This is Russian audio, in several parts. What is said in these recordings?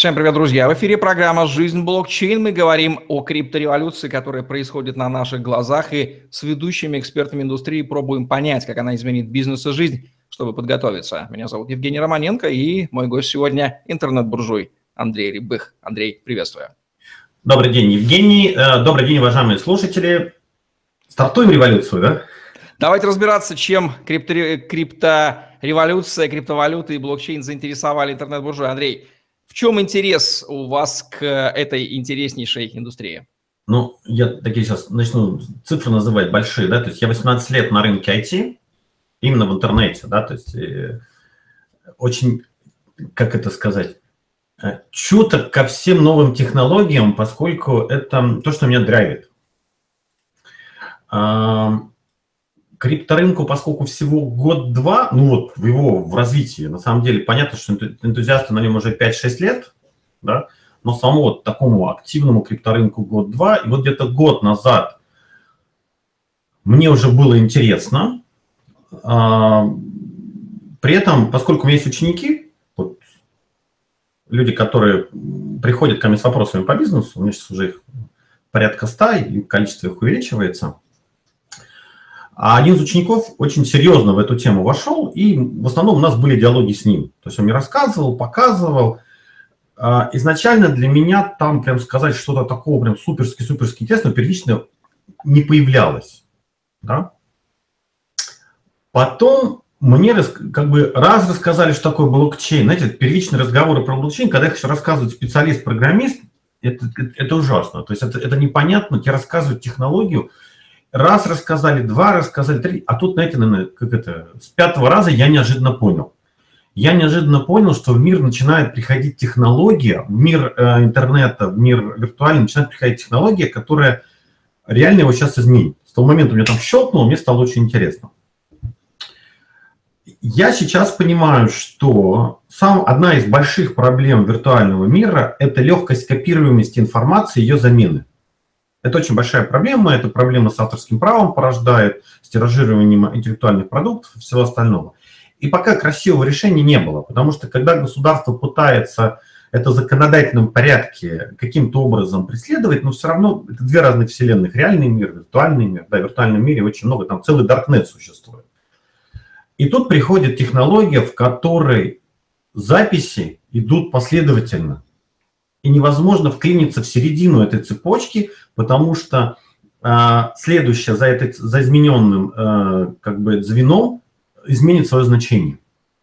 Всем привет, друзья! В эфире программа «Жизнь блокчейн». Мы говорим о криптореволюции, которая происходит на наших глазах, и с ведущими экспертами индустрии пробуем понять, как она изменит бизнес и жизнь, чтобы подготовиться. Меня зовут Евгений Романенко, и мой гость сегодня – интернет-буржуй Андрей Рябых. Андрей, приветствую. Добрый день, Евгений. Добрый день, уважаемые слушатели. Стартуем революцию, да? Давайте разбираться, чем криптореволюция, криптовалюты и блокчейн заинтересовали интернет-буржуй. Андрей, в чем интерес у вас к этой интереснейшей индустрии? Ну, я такие сейчас начну цифры называть большие, да, то есть я 18 лет на рынке IT, именно в интернете, да, то есть очень, как это сказать, чуток ко всем новым технологиям, поскольку это то, что меня драйвит. Крипторынку, поскольку всего год-два, ну вот в развитии, на самом деле, понятно, что энтузиасты на нем уже 5-6 лет, да, но самому вот такому активному крипторынку год-два, и вот где-то год назад мне уже было интересно. При этом, поскольку у меня есть ученики, вот, люди, которые приходят ко мне с вопросами по бизнесу, у меня сейчас уже их порядка 100, и количество их увеличивается. А один из учеников очень серьезно в эту тему вошел, и в основном у нас были диалоги с ним. То есть он мне рассказывал, показывал. Изначально для меня там прям сказать что-то такого прям суперски интересного первично не появлялось. Да? Потом мне как бы рассказали, что такое блокчейн. Знаете, первичные разговоры про блокчейн, когда их еще рассказывает специалист-программист, это ужасно. То есть это непонятно, тебе рассказывают технологию. Раз рассказали, два рассказали, три, а тут, знаете, наверное, с 5-го раза я неожиданно понял. Я неожиданно понял, что в мир начинает приходить технология, в мир интернета, в мир виртуальный начинает приходить технология, которая реально его сейчас изменит. С того момента у меня там щелкнуло, мне стало очень интересно. Я сейчас понимаю, что одна из больших проблем виртуального мира – это легкость копируемости информации и ее замены. Это очень большая проблема, это проблема с авторским правом порождает, с тиражированием интеллектуальных продуктов и всего остального. И пока красивого решения не было, потому что когда государство пытается это в законодательном порядке каким-то образом преследовать, но все равно это две разных вселенных. Реальный мир, виртуальный мир. Да, в виртуальном мире очень много, там целый даркнет существует. И тут приходит технология, в которой записи идут последовательно. И невозможно вклиниться в середину этой цепочки, потому что следующее за измененным звеном изменит свое значение.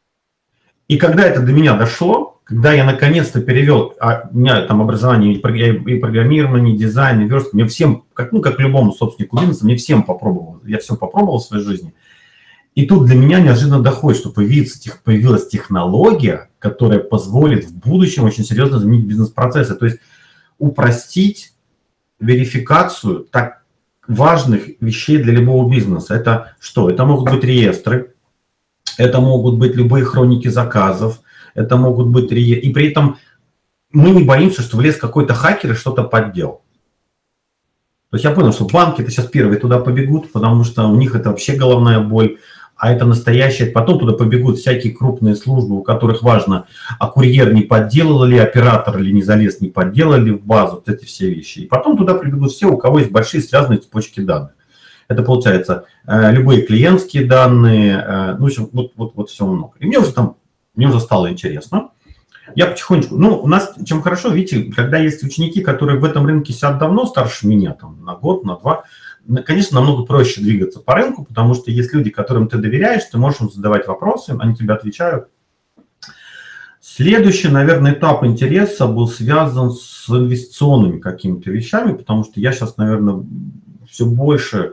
И когда это до меня дошло, когда я наконец-то перевел, у меня там образование и программирование, и дизайн, и верстка, мне всем, как любому собственнику бизнеса, я все попробовал в своей жизни. И тут для меня неожиданно доходит, что появилась технология, которая позволит в будущем очень серьезно изменить бизнес-процессы. То есть упростить верификацию так важных вещей для любого бизнеса. Это что? Это могут быть реестры, это могут быть любые хроники заказов, это могут быть реестры. И при этом мы не боимся, что влез какой-то хакер и что-то подделал. То есть я понял, что банки-то сейчас первые туда побегут, потому что у них это вообще головная боль. А это настоящее. Потом туда побегут всякие крупные службы, у которых важно, а курьер не подделал ли, оператор ли не залез, не подделал ли в базу, вот эти все вещи. И потом туда прибегут все, у кого есть большие связанные цепочки данных. Это получается любые клиентские данные, ну, в общем, вот все много. И мне уже стало интересно. Я потихонечку, у нас чем хорошо, видите, когда есть ученики, которые в этом рынке сидят давно, старше меня, там, на год, на два, конечно, намного проще двигаться по рынку, потому что есть люди, которым ты доверяешь, ты можешь им задавать вопросы, они тебе отвечают. Следующий, наверное, этап интереса был связан с инвестиционными какими-то вещами, потому что я сейчас, наверное, все больше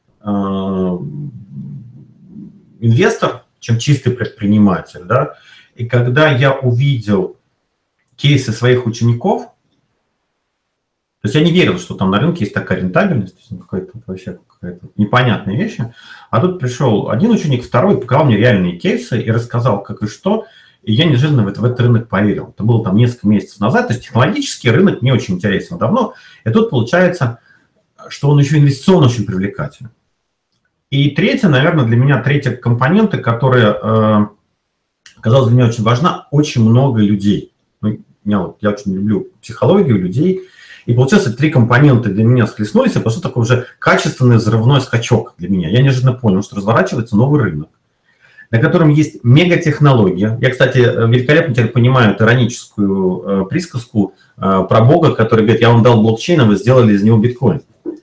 инвестор, чем чистый предприниматель, да. И когда я увидел кейсы своих учеников, то есть я не верил, что там на рынке есть такая рентабельность, какая-то непонятная вещь. А тут пришел один ученик, второй, показал мне реальные кейсы и рассказал, как и что. И я неожиданно в этот рынок поверил. Это было там несколько месяцев назад. То есть технологический рынок мне очень интересен давно. И тут получается, что он еще инвестиционно очень привлекательный. И третья, наверное, для меня третья компонента, которая оказалась для меня очень важна, очень много людей. я очень люблю психологию людей, и получается, 3 компонента для меня схлестнулись, и пошел такой уже качественный взрывной скачок для меня. Я неожиданно понял, что разворачивается новый рынок, на котором есть мегатехнология. Я, кстати, великолепно теперь понимаю эту ироническую присказку про Бога, который говорит: я вам дал блокчейн, а вы сделали из него биткоин.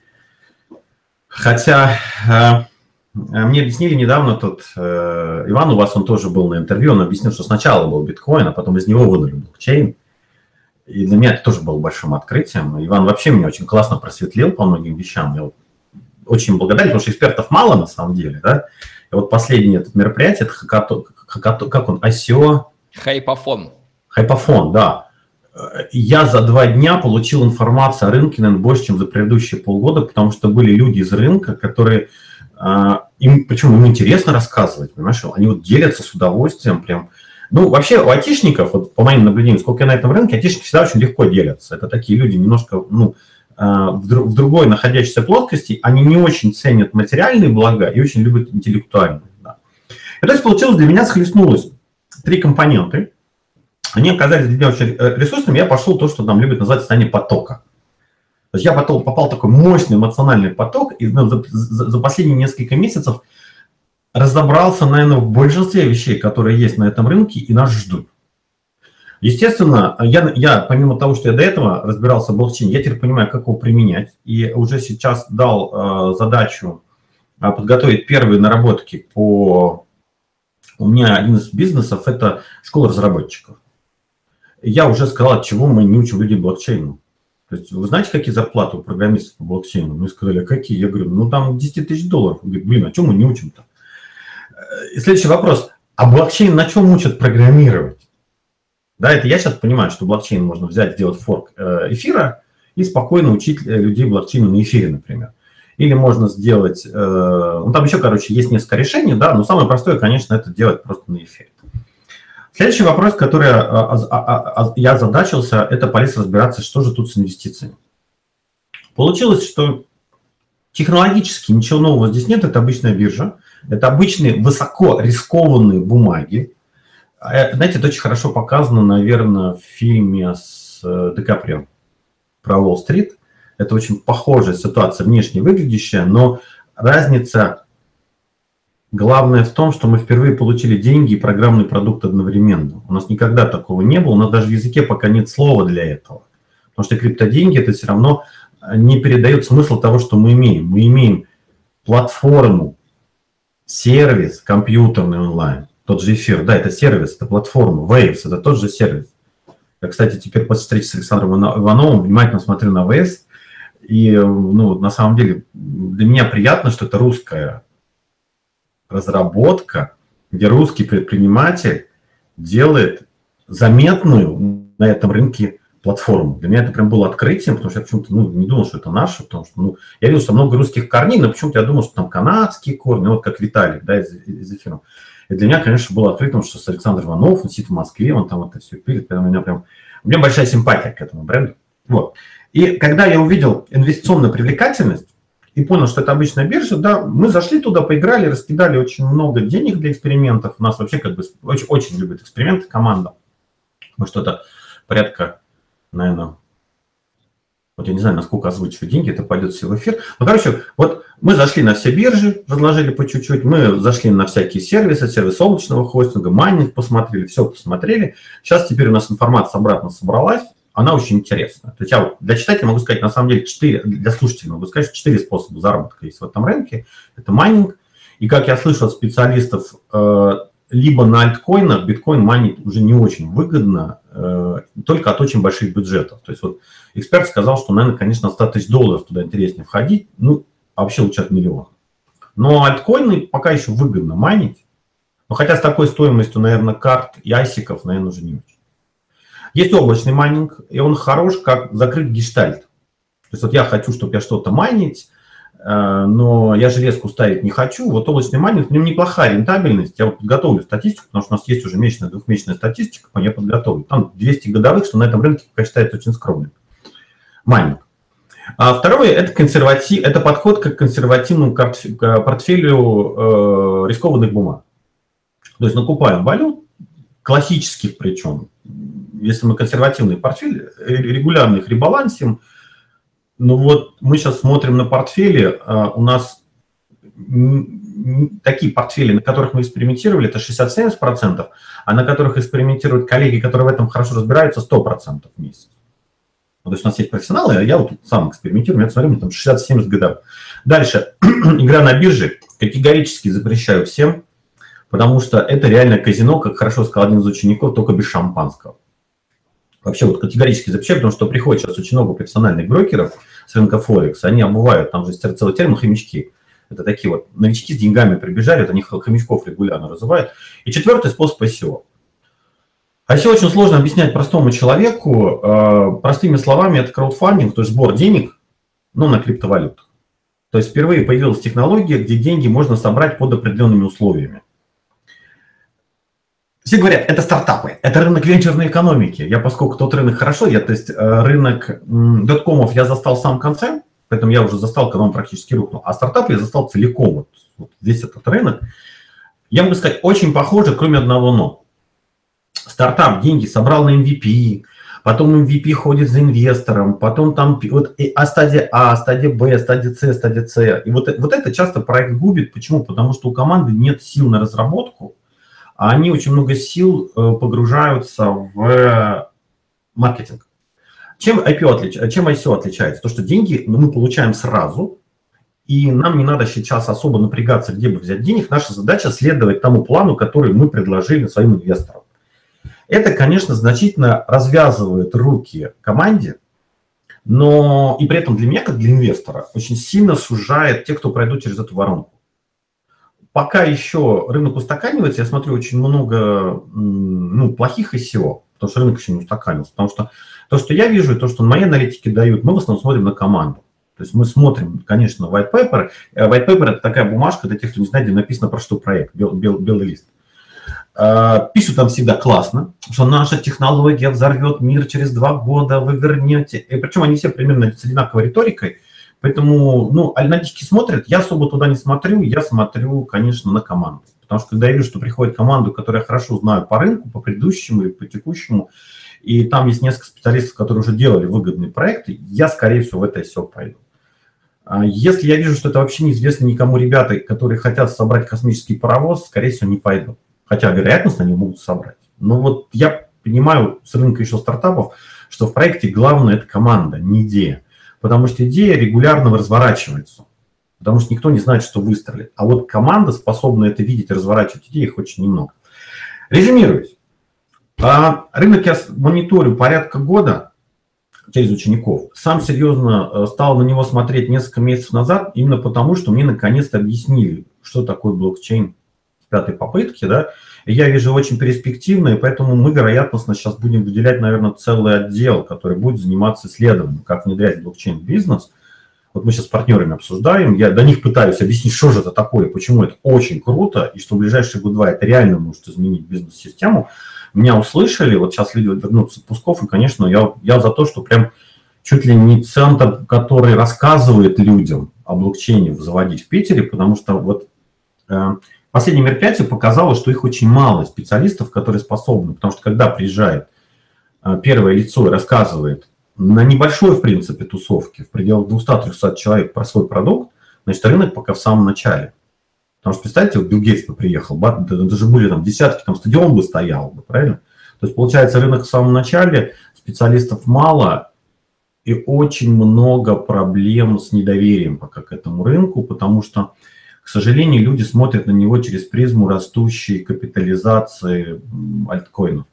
Хотя мне объяснили недавно, Иван, у вас он тоже был на интервью, он объяснил, что сначала был биткоин, а потом из него вынули блокчейн. И для меня это тоже было большим открытием. Иван вообще меня очень классно просветлил по многим вещам. Я очень благодарен, потому что экспертов мало на самом деле. Да? И вот последнее это мероприятие, это как он, ICO? Хайпофон, да. Я за 2 дня получил информацию о рынке, наверное, больше, чем за предыдущие полгода, потому что были люди из рынка, которые, причем им интересно рассказывать, понимаешь, они вот делятся с удовольствием прям. Ну, вообще у айтишников, вот по моим наблюдениям, сколько я на этом рынке, айтишники всегда очень легко делятся. Это такие люди немножко, в другой находящейся плоскости, они не очень ценят материальные блага и очень любят интеллектуальные. Да. И то есть получилось, для меня схлестнулось 3 компоненты. Они оказались для меня очень ресурсными, я пошел то, что нам любят называть состояние потока. То есть я попал в такой мощный эмоциональный поток, и за последние несколько месяцев разобрался, наверное, в большинстве вещей, которые есть на этом рынке и нас ждут. Естественно, я помимо того, что я до этого разбирался в блокчейне, я теперь понимаю, как его применять. И уже сейчас дал задачу подготовить первые наработки по... У меня один из бизнесов – это школа разработчиков. Я уже сказал, от чего мы не учим людей блокчейну. То есть вы знаете, какие зарплаты у программистов по блокчейну? Мне сказали, а какие? Я говорю, ну там 10 тысяч долларов. Говорит, блин, а чем мы не учим-то? И следующий вопрос. А блокчейн на чем учат программировать? Да, это я сейчас понимаю, что блокчейн можно взять, сделать форк эфира и спокойно учить людей блокчейну на эфире, например. Или можно сделать... там еще, короче, есть несколько решений, да, но самое простое, конечно, это делать просто на эфире. Следующий вопрос, который я озадачился, это полез разбираться, что же тут с инвестициями. Получилось, что технологически ничего нового здесь нет, это обычная биржа, это обычные высоко рискованные бумаги. Знаете, это очень хорошо показано, наверное, в фильме с Ди Каприо про Уолл-стрит. Это очень похожая ситуация, внешне выглядящая, но разница... Главное в том, что мы впервые получили деньги и программный продукт одновременно. У нас никогда такого не было, у нас даже в языке пока нет слова для этого. Потому что криптоденьги это все равно не передает смысл того, что мы имеем. Мы имеем платформу, сервис компьютерный онлайн, тот же эфир, да, это сервис, это платформа, Waves, это тот же сервис. Я, кстати, теперь после встречи с Александром Ивановым внимательно смотрю на Waves, и на самом деле для меня приятно, что это русская разработка, где русский предприниматель делает заметную на этом рынке платформу. Для меня это прям было открытием, потому что я почему-то не думал, что это наше, потому что я видел, что много русских корней, но почему-то я думал, что там канадские корни, вот как Виталий, да, из эфира. И для меня, конечно, было открытым, что с Александром Ивановым, он сидит в Москве, он там это все пилит, у меня большая симпатия к этому бренду. Вот. И когда я увидел инвестиционную привлекательность, и понял, что это обычная биржа, да, мы зашли туда, поиграли, раскидали очень много денег для экспериментов. У нас вообще очень любит эксперименты команда. Потому что это порядка, наверное, вот я не знаю, насколько озвучивать деньги, это пойдет все в эфир. Ну, короче, вот мы зашли на все биржи, разложили по чуть-чуть, мы зашли на всякие сервисы, сервис облачного хостинга, майнинг посмотрели, все посмотрели. Сейчас теперь у нас информация обратно собралась. Она очень интересная. То есть я для читателя могу сказать, на самом деле, для слушателей могу сказать, что 4 способа заработка есть в этом рынке. Это майнинг. И как я слышал от специалистов, либо на альткоинах биткоин майнить уже не очень выгодно, только от очень больших бюджетов. То есть вот эксперт сказал, что, наверное, конечно, от 100 тысяч долларов туда интереснее входить, а вообще лучше от миллиона. Но альткоины пока еще выгодно майнить. Но хотя с такой стоимостью, наверное, карт и айсиков, наверное, уже не очень. Есть облачный майнинг, и он хорош, как закрыть гештальт. То есть вот я хочу, чтобы я что-то майнить, но я железку ставить не хочу. Вот облачный майнинг, в нем неплохая рентабельность. Я вот подготовлю статистику, потому что у нас есть уже месячная, двухмесячная статистика, я подготовлю. Там 200 годовых, что на этом рынке пока считается очень скромным. Майнинг. А второе – это подход к консервативному портфелю рискованных бумаг. То есть накупаем валют, классических причем, если мы консервативный портфель, регулярно их ребалансим. Ну вот мы сейчас смотрим на портфели, у нас такие портфели, на которых мы экспериментировали, это 60-70%, а на которых экспериментируют коллеги, которые в этом хорошо разбираются, 100% в месяц. То есть у нас есть профессионалы, а я вот сам экспериментирую, я смотрю, мне там 60-70 годов. Дальше, игра на бирже категорически запрещаю всем, потому что это реально казино, как хорошо сказал один из учеников, только без шампанского. Вообще вот категорически запрещаю, потому что приходит сейчас очень много профессиональных брокеров с рынка Форекс, они обувают, там же целый термин хомячки. Это такие вот новички с деньгами прибежали, вот они хомячков регулярно разувают. И четвертый способ ICO. ICO очень сложно объяснять простому человеку. Простыми словами, это краудфандинг, то есть сбор денег, но на криптовалютах. То есть впервые появилась технология, где деньги можно собрать под определенными условиями. Все говорят, это стартапы, это рынок венчурной экономики. Я, поскольку тот рынок хорошо, то есть рынок доткомов я застал в самом конце, поэтому я уже застал, когда он практически рухнул. А стартапы я застал целиком, вот весь этот рынок. Я могу сказать, очень похоже, кроме одного но. Стартап деньги собрал на MVP, потом MVP ходит за инвестором, потом там вот, стадия А, стадия Б, стадия С, стадия С. И вот это часто проект губит. Почему? Потому что у команды нет сил на разработку, а они очень много сил погружаются в маркетинг. Чем ICO отличается? То, что деньги мы получаем сразу, и нам не надо сейчас особо напрягаться, где бы взять денег. Наша задача следовать тому плану, который мы предложили своим инвесторам. Это, конечно, значительно развязывает руки команде, но и при этом для меня, как для инвестора, очень сильно сужает тех, кто пройдут через эту воронку. Пока еще рынок устаканивается, я смотрю очень много плохих ICO, потому что рынок еще не устаканился. Потому что то, что я вижу, и то, что мои аналитики дают, мы в основном смотрим на команду. То есть мы смотрим, конечно, white paper. White paper – это такая бумажка, для тех, кто не знает, где написано, про что проект, белый лист. Пишут там всегда классно, что наша технология взорвет мир через 2 года, вы вернете. И причем они все примерно с одинаковой риторикой. Поэтому, аналитики смотрят, я особо туда не смотрю, я смотрю, конечно, на команду. Потому что когда я вижу, что приходит команда, которую я хорошо знаю по рынку, по предыдущему или по текущему, и там есть несколько специалистов, которые уже делали выгодные проекты, я, скорее всего, в это ICO пойду. Если я вижу, что это вообще неизвестно никому ребята, которые хотят собрать космический паровоз, скорее всего, не пойду. Хотя вероятностно они могут собрать. Но вот я понимаю с рынка еще стартапов, что в проекте главное – это команда, не идея. Потому что идея регулярно разворачивается. Потому что никто не знает, что выстрелит. А вот команда, способна это видеть и разворачивать идеи, их очень немного. Резюмируясь. Рынок я мониторю порядка года через учеников. Сам серьезно стал на него смотреть несколько месяцев назад, именно потому, что мне наконец-то объяснили, что такое блокчейн с 5-й попытки. Да? И я вижу очень перспективно, и поэтому мы вероятностно сейчас будем выделять, наверное, целый отдел, который будет заниматься исследованием, как внедрять блокчейн в бизнес. Вот мы сейчас с партнерами обсуждаем, я до них пытаюсь объяснить, что же это такое, почему это очень круто, и что в ближайшие год-два это реально может изменить бизнес-систему. Меня услышали, вот сейчас люди вернутся с отпусков, и, конечно, я за то, что прям чуть ли не центр, который рассказывает людям о блокчейне, заводить в Питере, потому что вот последнее мероприятие показало, что их очень мало специалистов, которые способны, потому что когда приезжает первое лицо и рассказывает на небольшой, в принципе, тусовке, в пределах 200-300 человек про свой продукт, значит, рынок пока в самом начале. Потому что, представьте, вот Билл Гейтс бы приехал, даже были там десятки, там стадион бы стоял, правильно? То есть, получается, рынок в самом начале, специалистов мало, и очень много проблем с недоверием пока к этому рынку, потому что, к сожалению, люди смотрят на него через призму растущей капитализации альткоинов,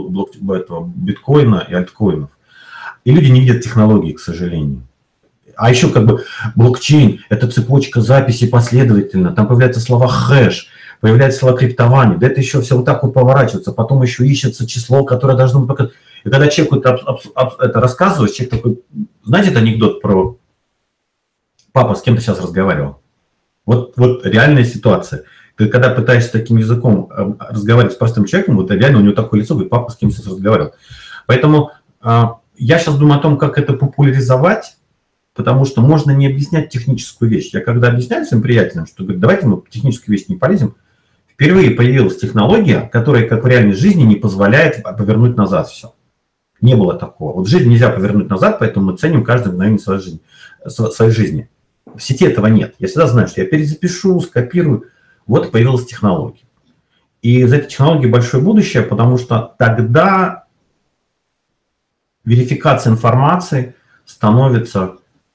биткоина и альткоинов. И люди не видят технологии, к сожалению. А еще как бы блокчейн – это цепочка записи последовательно. Там появляются слова хэш, появляются слова криптование. Да это еще все вот так вот поворачивается. Потом еще ищется число, которое должно быть показать. И когда человек это рассказывает, человек такой, знаете, это анекдот про папа с кем-то сейчас разговаривал. Вот реальная ситуация. Ты когда пытаешься таким языком разговаривать с простым человеком, вот реально у него такое лицо, говорит, папа с кем сейчас разговаривал. Поэтому я сейчас думаю о том, как это популяризовать. Потому что можно не объяснять техническую вещь. Я когда объясняю своим приятелям, что говорю, давайте мы техническую вещь не полезем, впервые появилась технология, которая, как в реальной жизни, не позволяет повернуть назад все. Не было такого. Вот жизнь нельзя повернуть назад, поэтому мы ценим каждое мгновение своей жизни. В сети этого нет. Я всегда знаю, что я перезапишу, скопирую. Вот и появилась технология. И из этой технологии большое будущее, потому что тогда верификация информации становится,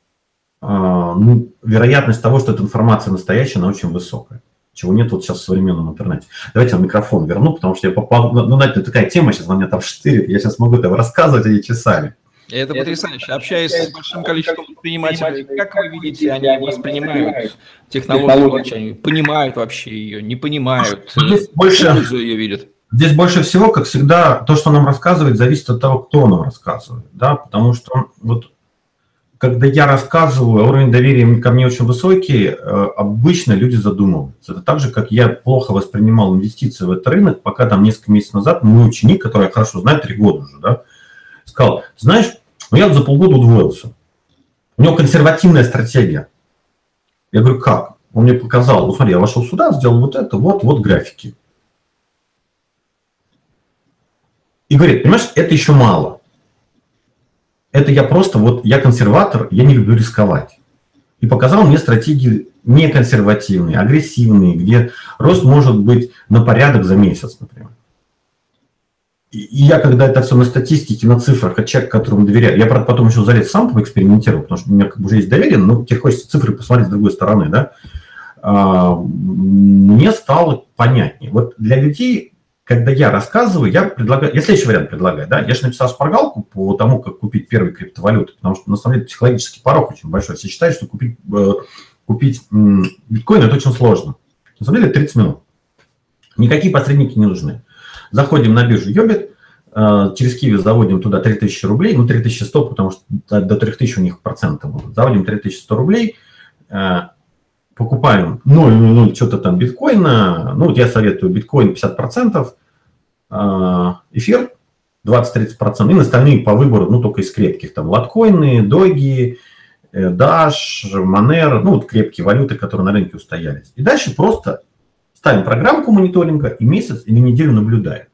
вероятность того, что эта информация настоящая, она очень высокая. Чего нет вот сейчас в современном интернете. Давайте я микрофон верну, потому что я попал, знаете, такая тема сейчас на меня там штырит, я сейчас могу там рассказывать эти часами. Это потрясающе. Общаясь с большим количеством предпринимателей, как вы видите, они воспринимают технологию блокчейн, понимают вообще ее, не понимают, пользу ее видят. Здесь больше всего, как всегда, то, что нам рассказывает, зависит от того, кто нам рассказывает. Да? Потому что вот когда я рассказываю, уровень доверия ко мне очень высокий, обычно люди задумываются. Это так же, как я плохо воспринимал инвестиции в этот рынок, пока там несколько месяцев назад мой ученик, который я хорошо знаю, 3 года уже, да, сказал, знаешь, я за полгода удвоился. У него консервативная стратегия. Я говорю, как? Он мне показал, вот смотри, я вошел сюда, сделал вот это, вот графики. И говорит, понимаешь, это еще мало. Это я просто, я консерватор, я не люблю рисковать. И показал мне стратегии не консервативные, агрессивные, где рост может быть на порядок за месяц, например. И я, когда это все на статистике, на цифрах, от человека, которому доверяю, я, правда, потом еще залез сам поэкспериментировал, потому что у меня как бы уже есть доверие, но тебе хочется цифры посмотреть с другой стороны, да, мне стало понятнее. Вот для людей, когда я рассказываю, я следующий вариант предлагаю, да, я же написал шпаргалку по тому, как купить первые криптовалюты, потому что, на самом деле, психологический порог очень большой. Все считают, что купить биткоин – это очень сложно. На самом деле, 30 минут. Никакие посредники не нужны. Заходим на биржу Йобит, через Киви заводим туда 3000 рублей, 3100, потому что до 3000 у них проценты будут. Заводим 3100 рублей, покупаем 0,00 что-то там биткоина, вот я советую биткоин 50%, эфир 20-30%, и остальные по выбору, только из крепких, там латкоины, доги, Dash, Monero, вот крепкие валюты, которые на рынке устоялись. И дальше просто ставим программку мониторинга и месяц или неделю наблюдаем.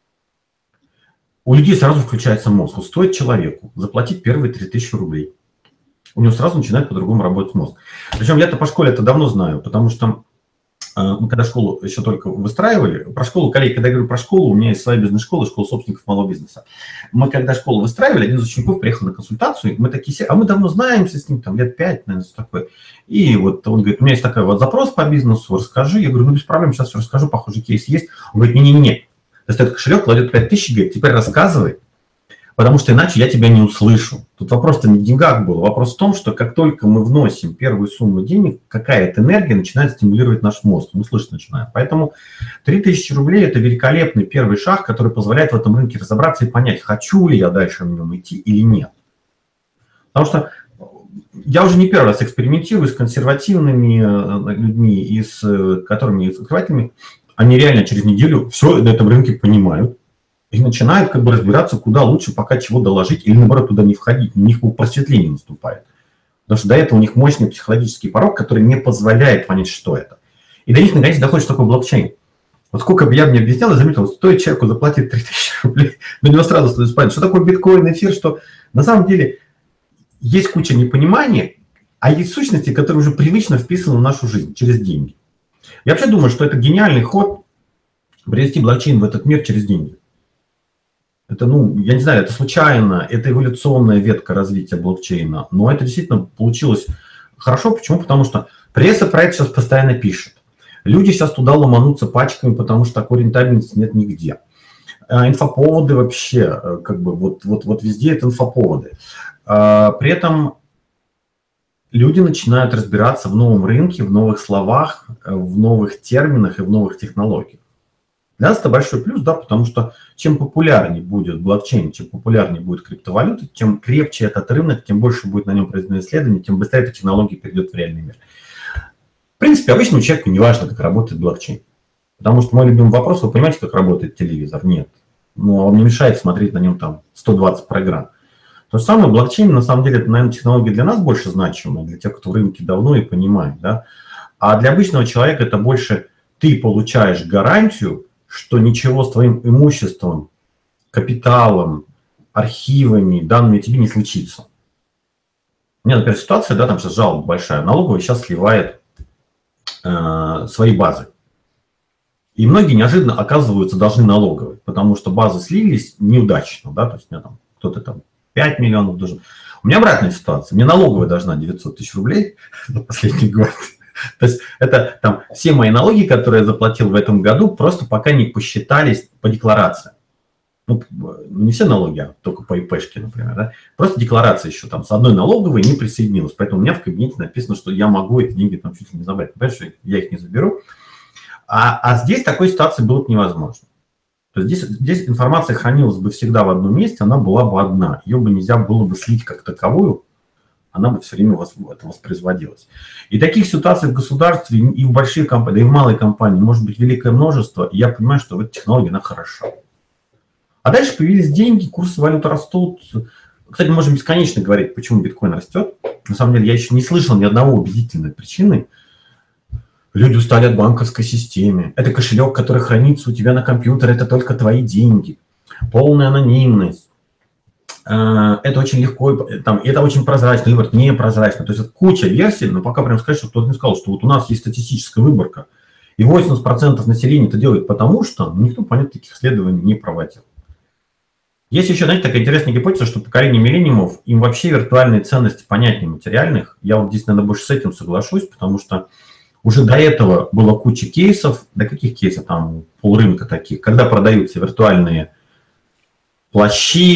У людей сразу включается мозг. Стоит человеку заплатить первые 3000 рублей. У него сразу начинает по-другому работать мозг. Причем я-то по школе это давно знаю, потому что мы когда школу еще только выстраивали, про школу, коллеги, когда я говорю про школу, у меня есть своя бизнес-школа, школа собственников малого бизнеса. Мы когда школу выстраивали, один из учеников приехал на консультацию, мы такие, мы давно знаемся с ним, там лет 5, наверное, такое. И вот он говорит, у меня есть такой вот запрос по бизнесу, расскажи. Я говорю, без проблем, сейчас все расскажу, похожий кейс есть. Он говорит, не-не-не, достает кошелек, кладет 5000 и говорит, теперь рассказывай, потому что иначе я тебя не услышу. Тут вопрос-то не в деньгах был. Вопрос в том, что как только мы вносим первую сумму денег, какая-то энергия начинает стимулировать наш мозг. Мы слышать начинаем. Поэтому 3000 рублей – это великолепный первый шаг, который позволяет в этом рынке разобраться и понять, хочу ли я дальше в нем идти или нет. Потому что я уже не первый раз экспериментирую с консервативными людьми и с которыми с открывателями. Они реально через неделю все на этом рынке понимают. И начинают разбираться, куда лучше пока чего доложить, или наоборот туда не входить. У них просветление наступает. Потому что до этого у них мощный психологический порог, который не позволяет понять, что это. И до них наконец доходит, что такое блокчейн. Вот сколько бы я мне объяснял, я заметил, стоит человеку заплатить 3000 рублей, на него сразу стоит понять, что такое биткоин, эфир, что на самом деле есть куча непонимания, а есть сущности, которые уже привычно вписаны в нашу жизнь через деньги. Я вообще думаю, что это гениальный ход привести блокчейн в этот мир через деньги. Это, я не знаю, это случайно, это эволюционная ветка развития блокчейна, но это действительно получилось хорошо. Почему? Потому что пресса про это сейчас постоянно пишет. Люди сейчас туда ломанутся пачками, потому что такой рентабельности нет нигде. Инфоповоды вообще, вот везде это инфоповоды. При этом люди начинают разбираться в новом рынке, в новых словах, в новых терминах и в новых технологиях. Для нас это большой плюс, да, потому что чем популярнее будет блокчейн, чем популярнее будет криптовалюта, тем крепче этот рынок, тем больше будет на нем произведено исследование, тем быстрее эта технология перейдет в реальный мир. В принципе, обычному человеку не важно, как работает блокчейн. Потому что мой любимый вопрос, вы понимаете, как работает телевизор? Нет. Но он не мешает смотреть на нем там 120 программ. То же самое блокчейн, на самом деле, это, наверное, технология для нас больше значимая, для тех, кто в рынке давно и понимает, да. А для обычного человека это больше ты получаешь гарантию, что ничего с твоим имуществом, капиталом, архивами, данными тебе не случится. У меня, например, ситуация, да, там сейчас жалоба большая. Налоговая сейчас сливает свои базы. И многие неожиданно оказываются должны налоговой, потому что базы слились неудачно, да, то есть у меня там кто-то там 5 миллионов должен. У меня обратная ситуация. Мне налоговая должна 900 тысяч рублей за последний год. То есть это там все мои налоги, которые я заплатил в этом году, просто пока не посчитались по декларации. Ну, не все налоги, а только по ИПшке, например. Да? Просто декларация еще там с одной налоговой не присоединилась. Поэтому у меня в кабинете написано, что я могу эти деньги там чуть ли не забрать. Понимаешь, что я их не заберу. А здесь такой ситуации было бы невозможно. То есть здесь информация хранилась бы всегда в одном месте, она была бы одна. Ее бы нельзя было бы слить как таковую, она бы все время это воспроизводилась. И таких ситуаций в государстве и в больших компаниях, да и в малой компании может быть великое множество. И я понимаю, что в этой технологии она хороша. А дальше появились деньги, курсы валют растут. Кстати, мы можем бесконечно говорить, почему биткоин растет. На самом деле я еще не слышал ни одного убедительной причины. Люди устали от банковской системы. Это кошелек, который хранится у тебя на компьютере, это только твои деньги. Полная анонимность. Это очень легко, там, это очень прозрачно, либо непрозрачно. То есть это куча версий, но пока прям сказать, что кто-то не сказал, что вот у нас есть статистическая выборка, и 80% населения это делает потому, что никто, понятно, таких исследований не проводил. Есть еще, знаете, такая интересная гипотеза, что поколение миллениумов, им вообще виртуальные ценности понятнее материальных. Я вот здесь, наверное, больше с этим соглашусь, потому что уже до этого было куча кейсов, да каких кейсов, там полрынка таких, когда продаются виртуальные плащи,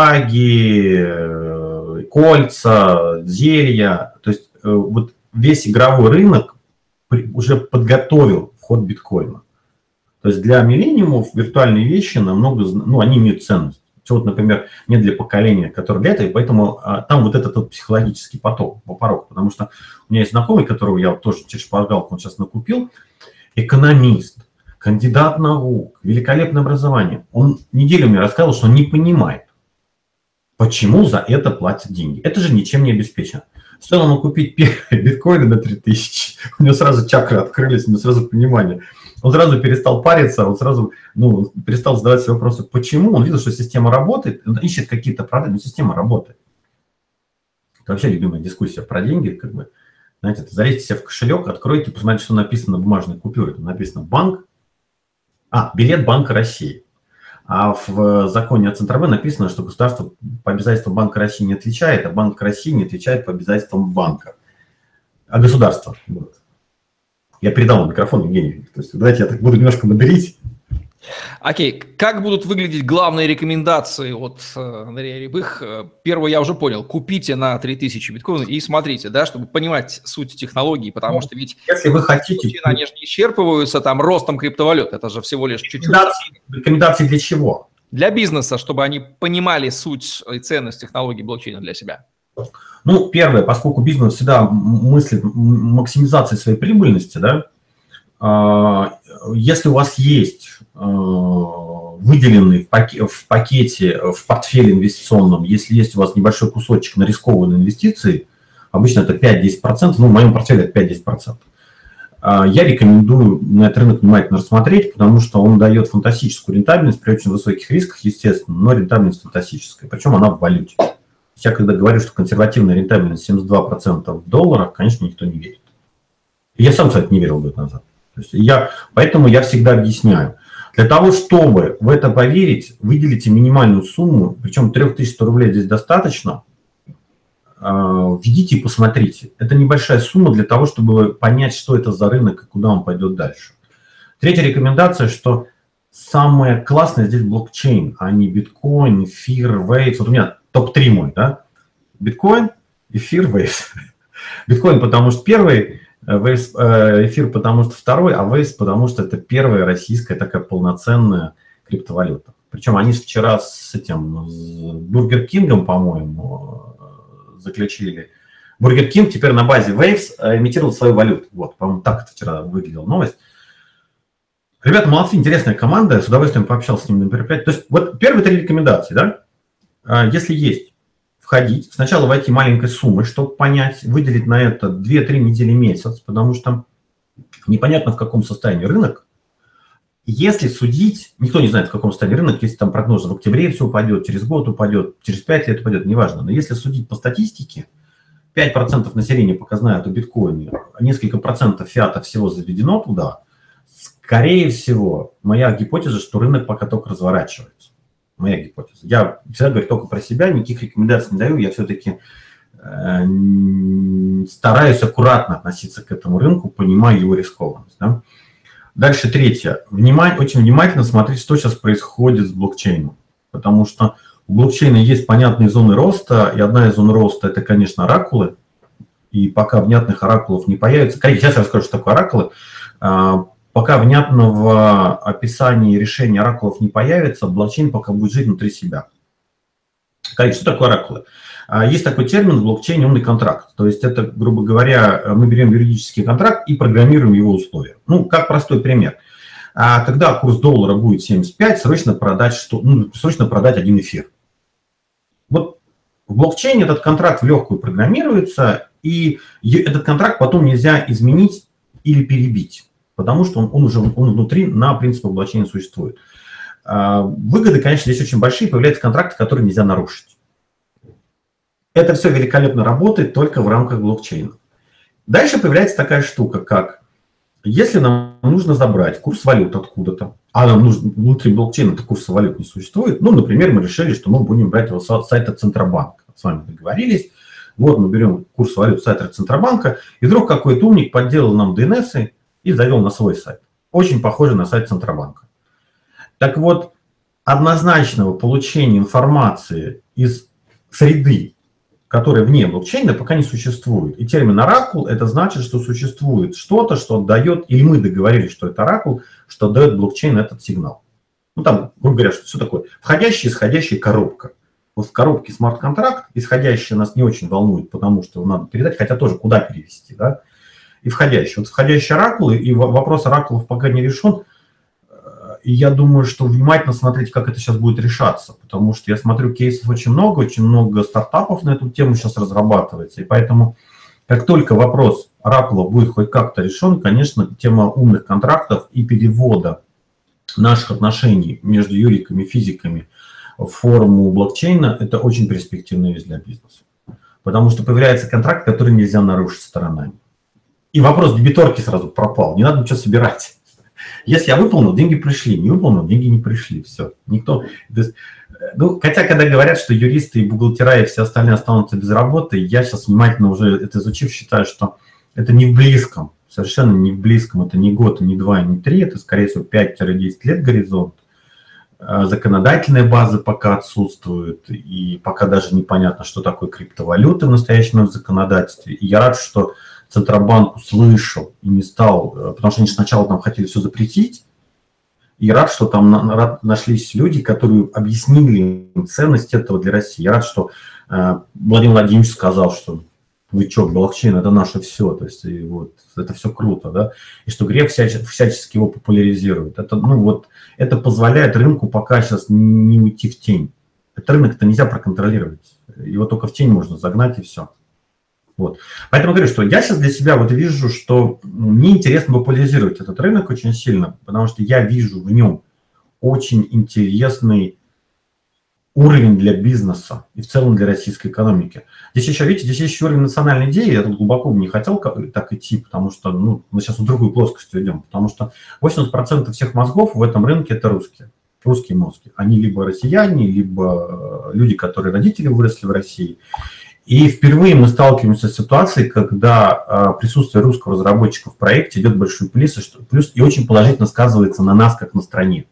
шпаги, кольца, зелья. То есть вот весь игровой рынок уже подготовил вход биткоина. То есть для миллениумов виртуальные вещи намного, ну, они имеют ценность. Вот, например, не для поколения, которое для этого, и поэтому там вот этот вот психологический порог, потому что у меня есть знакомый, которого я вот тоже через шпаргалку он сейчас накупил, экономист, кандидат наук, великолепное образование. Он неделю мне рассказывал, что он не понимает, почему за это платят деньги. Это же ничем не обеспечено. Стоило ему купить биткоины на 3000, у него сразу чакры открылись, у него сразу понимание. Он сразу перестал париться, он сразу перестал задавать себе вопросы, почему. Он видел, что система работает, он ищет какие-то продукты, но система работает. Это вообще любимая дискуссия про деньги. Как бы, знаете, залезьте себе в кошелек, откройте, посмотрите, что написано на бумажной купюре. Там написано банк, билет Банка России. А в законе о Центробанке написано, что государство по обязательствам Банка России не отвечает, а Банк России не отвечает по обязательствам банка. А государство. Вот. Я передал микрофон Евгению. То есть, давайте я так буду немножко модерить. Окей, как будут выглядеть главные рекомендации от Андрея Рябых? Первое, я уже понял, купите на 3000 биткоинов и смотрите, да, чтобы понимать суть технологии, потому что ведь если вы хотите, они же не исчерпываются там ростом криптовалют, это же всего лишь чуть-чуть. Рекомендации для чего? Для бизнеса, чтобы они понимали суть и ценность технологий блокчейна для себя. Ну, первое, поскольку бизнес всегда мыслит максимизацией своей прибыльности, да, если у вас есть выделенный в пакете, в портфеле инвестиционном, если есть у вас небольшой кусочек на рискованные инвестиции, обычно это 5-10%, ну, в моем портфеле это 5-10%, я рекомендую на этот рынок внимательно рассмотреть, потому что он дает фантастическую рентабельность при очень высоких рисках, естественно, но рентабельность фантастическая, причем она в валюте. Я когда говорю, что консервативная рентабельность 72% в долларах, конечно, никто не верит. И я сам, кстати, не верил год назад. То есть поэтому я всегда объясняю. Для того, чтобы в это поверить, выделите минимальную сумму, причем 3100 рублей здесь достаточно, введите и посмотрите. Это небольшая сумма для того, чтобы понять, что это за рынок и куда он пойдет дальше. Третья рекомендация, что самое классное здесь блокчейн, а не биткоин, эфир, Waves. Вот у меня топ-3 мой, да? Биткоин, эфир, Waves. Биткоин, потому что первый, эфир, потому что второй, а Waves, потому что это первая российская такая полноценная криптовалюта. Причем они вчера с Бургер Кингом, по-моему, заключили. Бургер Кинг теперь на базе Waves имитировал свою валюту. Вот, по-моему, так это вчера выглядела новость. Ребята молодцы, интересная команда, с удовольствием пообщался с ними на мероприятии. То есть вот первые 3 рекомендации, да? Если есть, входить, сначала войти маленькой суммой, чтобы понять, выделить на это 2-3 недели, месяц, потому что непонятно, в каком состоянии рынок. Если судить, никто не знает, в каком стадии рынок, если там прогнозы в октябре все упадет, через год упадет, через 5 лет упадет, неважно. Но если судить по статистике, 5% населения пока знают о биткоине, несколько процентов фиата всего заведено туда, скорее всего, моя гипотеза, что рынок пока только разворачивается. Моя гипотеза. Я всегда говорю только про себя, никаких рекомендаций не даю, я все-таки стараюсь аккуратно относиться к этому рынку, понимая его рискованность. Да? Дальше третье. Очень внимательно смотреть, что сейчас происходит с блокчейном. Потому что у блокчейна есть понятные зоны роста, и одна из зон роста – это, конечно, оракулы. И пока внятных оракулов не появится… Сейчас я расскажу, что такое оракулы. Пока внятного описания и решения оракулов не появится, блокчейн пока будет жить внутри себя. Что такое оракулы? Есть такой термин в блокчейне «умный контракт». То есть это, грубо говоря, мы берем юридический контракт и программируем его условия. Ну, как простой пример. Когда курс доллара будет 75, срочно продать 1 эфир. Вот в блокчейне этот контракт в легкую программируется, и этот контракт потом нельзя изменить или перебить, потому что он внутри на принципах блокчейна существует. Выгоды, конечно, здесь очень большие, появляются контракты, которые нельзя нарушить. Это все великолепно работает только в рамках блокчейна. Дальше появляется такая штука, как если нам нужно забрать курс валют откуда-то, а нам нужно внутри блокчейна курса валют не существует, ну, например, мы решили, что мы будем брать его с сайта Центробанка. С вами договорились, вот мы берем курс валют с сайта Центробанка, и вдруг какой-то умник подделал нам DNS и завел на свой сайт. Очень похоже на сайт Центробанка. Так вот, однозначного получения информации из среды, которая вне блокчейна, пока не существует. И термин оракул – это значит, что существует что-то, что отдает, или мы договорились, что это оракул, что отдает блокчейн этот сигнал. Ну, там, грубо говоря, что все такое? Входящая, исходящая коробка. Вот в коробке смарт-контракт, исходящий нас не очень волнует, потому что его надо передать, хотя тоже куда перевести, да? И входящий. Вот входящие оракулы, и вопрос оракулов пока не решен. И я думаю, что внимательно смотреть, как это сейчас будет решаться, потому что я смотрю, кейсов очень много стартапов на эту тему сейчас разрабатывается, и поэтому, как только вопрос оракула будет хоть как-то решен, конечно, тема умных контрактов и перевода наших отношений между юриками и физиками в форму блокчейна – это очень перспективная вещь для бизнеса, потому что появляется контракт, который нельзя нарушить сторонами. И вопрос дебиторки сразу пропал, не надо ничего собирать. Если я выполнил, деньги пришли, не выполнил, деньги не пришли, все. Никто. Ну, хотя, когда говорят, что юристы и бухгалтера и все остальные останутся без работы, я сейчас внимательно уже это изучив, считаю, что это не в близком, совершенно не в близком, это не год, не 2, не 3, это, скорее всего, 5-10 лет горизонт. Законодательная база пока отсутствует, и пока даже непонятно, что такое криптовалюта в настоящем законодательстве. И я рад, что Центробанк услышал и не стал, потому что они сначала там хотели все запретить, и рад, что там нашлись люди, которые объяснили ценность этого для России. Я рад, что Владимир Владимирович сказал, что вы что, блокчейн – это наше все, то есть и вот, это все круто, да, и что Греф всячески его популяризирует. Это, ну, вот, это позволяет рынку пока сейчас не уйти в тень. Этот рынок-то нельзя проконтролировать, его только в тень можно загнать и все. Вот. Поэтому говорю, что я сейчас для себя вот вижу, что мне интересно популяризировать этот рынок очень сильно, потому что я вижу в нем очень интересный уровень для бизнеса и в целом для российской экономики. Здесь еще, видите, здесь есть еще уровень национальной идеи, я тут глубоко не хотел так идти, потому что ну, мы сейчас в другую плоскость идем, потому что 80% всех мозгов в этом рынке это русские мозги. Они либо россияне, либо люди, которые родители выросли в России. И впервые мы сталкиваемся с ситуацией, когда присутствие русского разработчика в проекте идет большой плюс и очень положительно сказывается на нас, как на стране.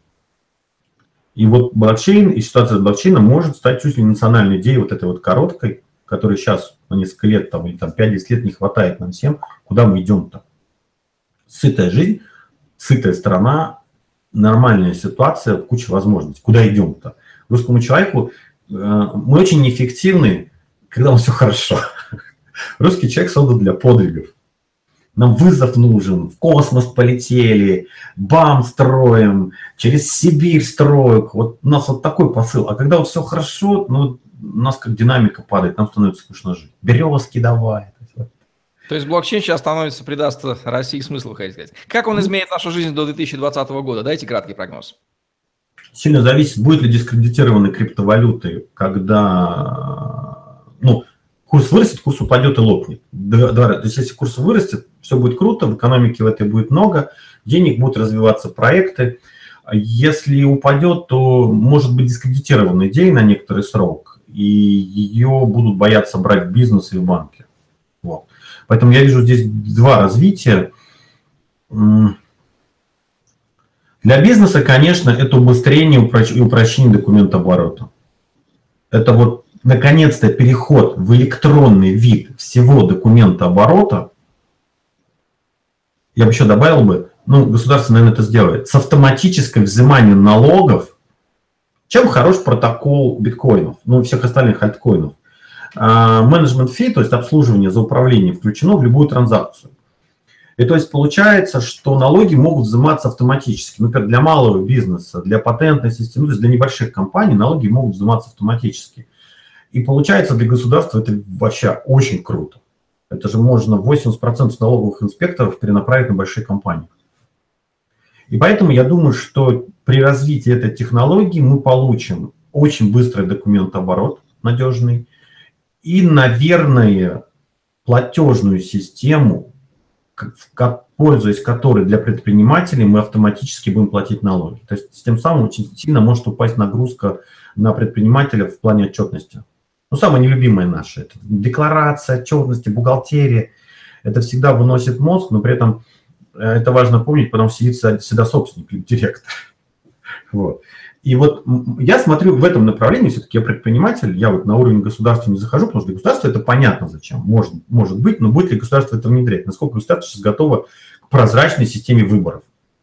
И вот блокчейн и ситуация с блокчейном может стать чуть ли не национальной идеей вот этой вот короткой, которой сейчас на несколько лет там, или там 5-10 лет не хватает нам всем, куда мы идем-то. Сытая жизнь, сытая страна, нормальная ситуация, куча возможностей. Куда идем-то? Русскому человеку мы очень неэффективны, когда у нас все хорошо. Русский человек создан для подвигов. Нам вызов нужен, в космос полетели, бам, строим, через Сибирь строим. Вот у нас вот такой посыл. А когда вот все хорошо, ну, у нас как динамика падает, нам становится скучно жить. Березки давай. То есть блокчейн сейчас придаст России смысл, вы хотите сказать. Как он изменит нашу жизнь до 2020 года? Дайте краткий прогноз. Сильно зависит, будет ли дискредитированы криптовалюты, когда курс вырастет, курс упадет и лопнет. То есть если курс вырастет, все будет круто, в экономике в этой будет много, денег, будут развиваться проекты. Если упадет, то может быть дискредитирована идея на некоторый срок, и ее будут бояться брать в бизнес и в банки. Вот. Поэтому я вижу здесь два развития. Для бизнеса, конечно, это убыстрение и упрощение документооборота. Это вот, наконец-то, переход в электронный вид всего документооборота. Я бы еще добавил государство, наверное, это сделает, с автоматическим взиманием налогов. Чем хорош протокол биткоинов, всех остальных альткоинов? Менеджмент фи, то есть обслуживание за управление, включено в любую транзакцию. И то есть получается, что налоги могут взиматься автоматически. Например, для малого бизнеса, для патентной системы, то есть для небольших компаний налоги могут взиматься автоматически. И получается, для государства это вообще очень круто. Это же можно 80% налоговых инспекторов перенаправить на большие компании. И поэтому я думаю, что при развитии этой технологии мы получим очень быстрый документооборот, надежный, и, наверное, платежную систему, пользуясь которой для предпринимателей мы автоматически будем платить налоги. То есть тем самым очень сильно может упасть нагрузка на предпринимателя в плане отчетности. Самое нелюбимое наше – это декларация, отчетности, бухгалтерия. Это всегда выносит мозг, но при этом это важно помнить, потому что сидит всегда собственник или директор. Вот. И вот я смотрю в этом направлении, все-таки я предприниматель, я вот на уровень государства не захожу, потому что для государства это понятно зачем, может быть, но будет ли государство это внедрять, насколько государство сейчас готово к прозрачной системе выборов.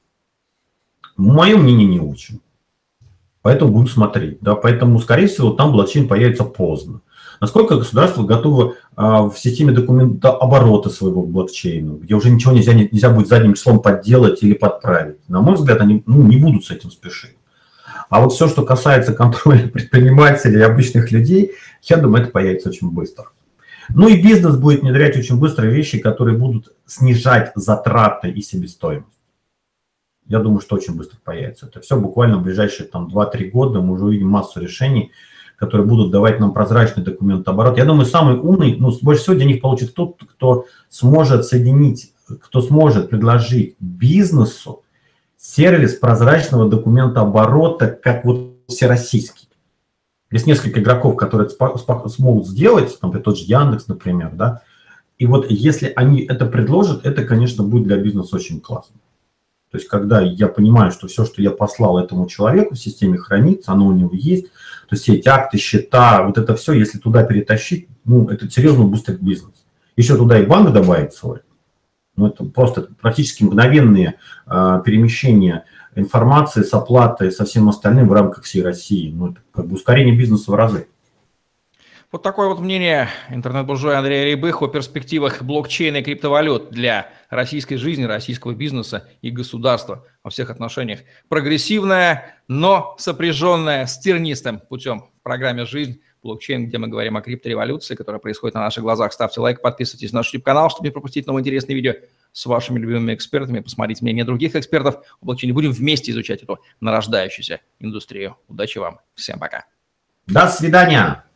Мое мнение не очень. Поэтому будем смотреть. Да? Поэтому, скорее всего, там блокчейн появится поздно. Насколько государство готово в системе документооборота своего блокчейна, где уже ничего нельзя будет задним числом подделать или подправить. На мой взгляд, они не будут с этим спешить. А вот все, что касается контроля предпринимателей и обычных людей, я думаю, это появится очень быстро. И бизнес будет внедрять очень быстро вещи, которые будут снижать затраты и себестоимость. Я думаю, что очень быстро появится. Это все буквально в ближайшие 2-3 года мы уже увидим массу решений, которые будут давать нам прозрачный документооборот. Я думаю, самый умный, больше всего денег получит тот, кто сможет соединить, кто сможет предложить бизнесу сервис прозрачного документооборота, как вот всероссийский. Есть несколько игроков, которые это смогут сделать, например, тот же Яндекс, например, да. И вот если они это предложат, это, конечно, будет для бизнеса очень классно. То есть, когда я понимаю, что все, что я послал этому человеку в системе хранится, оно у него есть, то есть все эти акты, счета, вот это все, если туда перетащить, это серьезно убыстрит бизнес. Еще туда и банк добавить свой. Это просто практически мгновенные перемещения информации с оплатой, со всем остальным в рамках всей России. Это как бы ускорение бизнеса в разы. Вот такое вот мнение интернет-буржуя Андрея Рябых о перспективах блокчейна и криптовалют для российской жизни, российского бизнеса и государства во всех отношениях. Прогрессивное, но сопряженное с тернистым путем в программе «Жизнь». Блокчейн, где мы говорим о криптореволюции, которая происходит на наших глазах. Ставьте лайк, подписывайтесь на наш YouTube-канал, чтобы не пропустить новые интересные видео с вашими любимыми экспертами. Посмотрите мнение других экспертов о блокчейне. Будем вместе изучать эту нарождающуюся индустрию. Удачи вам. Всем пока. До свидания.